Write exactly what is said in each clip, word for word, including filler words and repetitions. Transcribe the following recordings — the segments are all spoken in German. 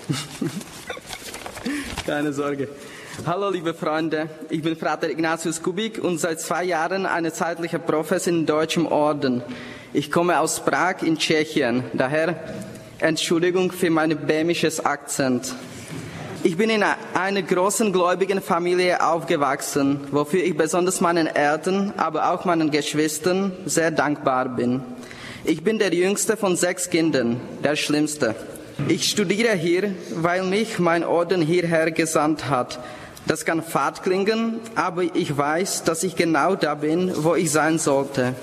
Keine Sorge. Hallo liebe Freunde, ich bin Frater Ignatius Kubik und seit zwei Jahren eine zeitliche Professor in deutschem Orden. Ich komme aus Prag in Tschechien, daher Entschuldigung für mein böhmisches Akzent. Ich bin in einer großen gläubigen Familie aufgewachsen, wofür ich besonders meinen Eltern, aber auch meinen Geschwistern sehr dankbar bin. Ich bin der jüngste von sechs Kindern, der schlimmste. Ich studiere hier, weil mich mein Orden hierher gesandt hat. Das kann fad klingen, aber ich weiß, dass ich genau da bin, wo ich sein sollte.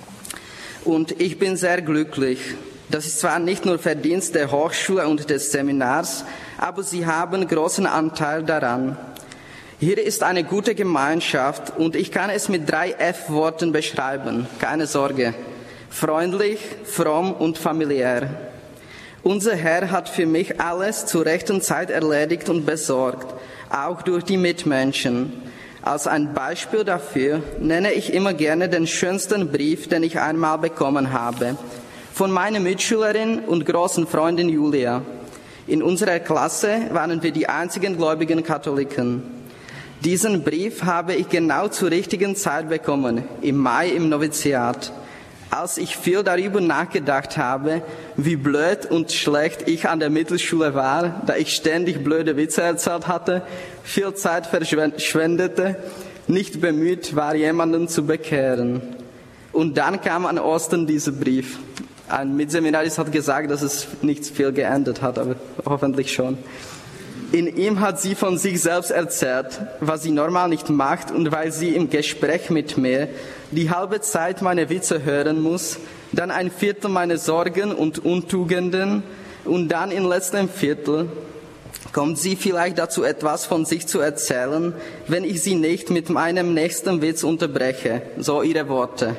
Und ich bin sehr glücklich. Das ist zwar nicht nur Verdienst der Hochschule und des Seminars, aber sie haben großen Anteil daran. Hier ist eine gute Gemeinschaft und ich kann es mit drei F-Worten beschreiben. Keine Sorge. Freundlich, fromm und familiär. Unser Herr hat für mich alles zur rechten Zeit erledigt und besorgt, auch durch die Mitmenschen. Als ein Beispiel dafür nenne ich immer gerne den schönsten Brief, den ich einmal bekommen habe, von meiner Mitschülerin und großen Freundin Julia. In unserer Klasse waren wir die einzigen gläubigen Katholiken. Diesen Brief habe ich genau zur richtigen Zeit bekommen, im Mai im Noviziat. Als ich viel darüber nachgedacht habe, wie blöd und schlecht ich an der Mittelschule war, da ich ständig blöde Witze erzählt hatte, viel Zeit verschwendete, nicht bemüht war, jemanden zu bekehren. Und dann kam an Ostern dieser Brief. Ein Mitseminarist hat gesagt, dass es nicht viel geändert hat, aber hoffentlich schon. In ihm hat sie von sich selbst erzählt, was sie normal nicht macht, und weil sie im Gespräch mit mir die halbe Zeit meine Witze hören muss, dann ein Viertel meine Sorgen und Untugenden und dann im letzten Viertel kommt sie vielleicht dazu, etwas von sich zu erzählen, wenn ich sie nicht mit meinem nächsten Witz unterbreche, so ihre Worte.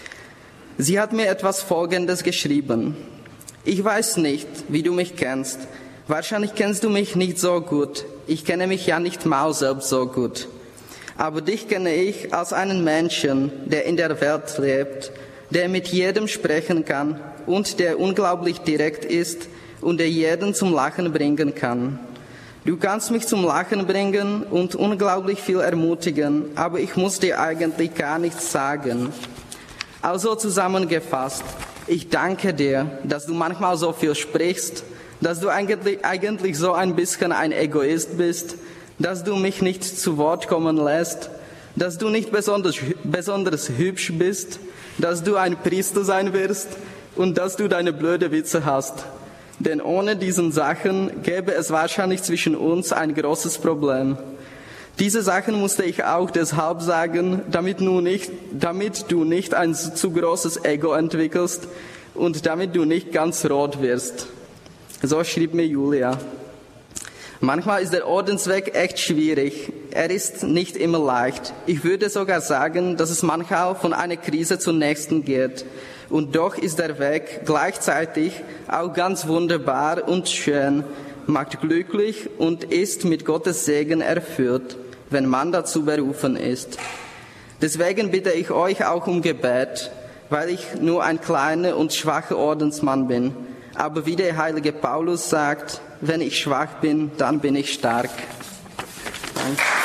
Sie hat mir etwas Folgendes geschrieben. Ich weiß nicht, wie du mich kennst. Wahrscheinlich kennst du mich nicht so gut. Ich kenne mich ja nicht mal selbst so gut. Aber dich kenne ich als einen Menschen, der in der Welt lebt, der mit jedem sprechen kann und der unglaublich direkt ist und der jeden zum Lachen bringen kann. Du kannst mich zum Lachen bringen und unglaublich viel ermutigen, aber ich muss dir eigentlich gar nichts sagen. Also zusammengefasst, ich danke dir, dass du manchmal so viel sprichst, dass du eigentlich, eigentlich so ein bisschen ein Egoist bist, dass du mich nicht zu Wort kommen lässt, dass du nicht besonders, besonders hübsch bist, dass du ein Priester sein wirst und dass du deine blöde Witze hast. Denn ohne diesen Sachen gäbe es wahrscheinlich zwischen uns ein großes Problem. Diese Sachen musste ich auch deshalb sagen, damit du nicht, damit du nicht ein zu großes Ego entwickelst und damit du nicht ganz rot wirst. So schrieb mir Julia. Manchmal ist der Ordensweg echt schwierig. Er ist nicht immer leicht. Ich würde sogar sagen, dass es manchmal von einer Krise zur nächsten geht. Und doch ist der Weg gleichzeitig auch ganz wunderbar und schön, macht glücklich und ist mit Gottes Segen erfüllt, wenn man dazu berufen ist. Deswegen bitte ich euch auch um Gebet, weil ich nur ein kleiner und schwacher Ordensmann bin. Aber wie der heilige Paulus sagt, wenn ich schwach bin, dann bin ich stark. Danke.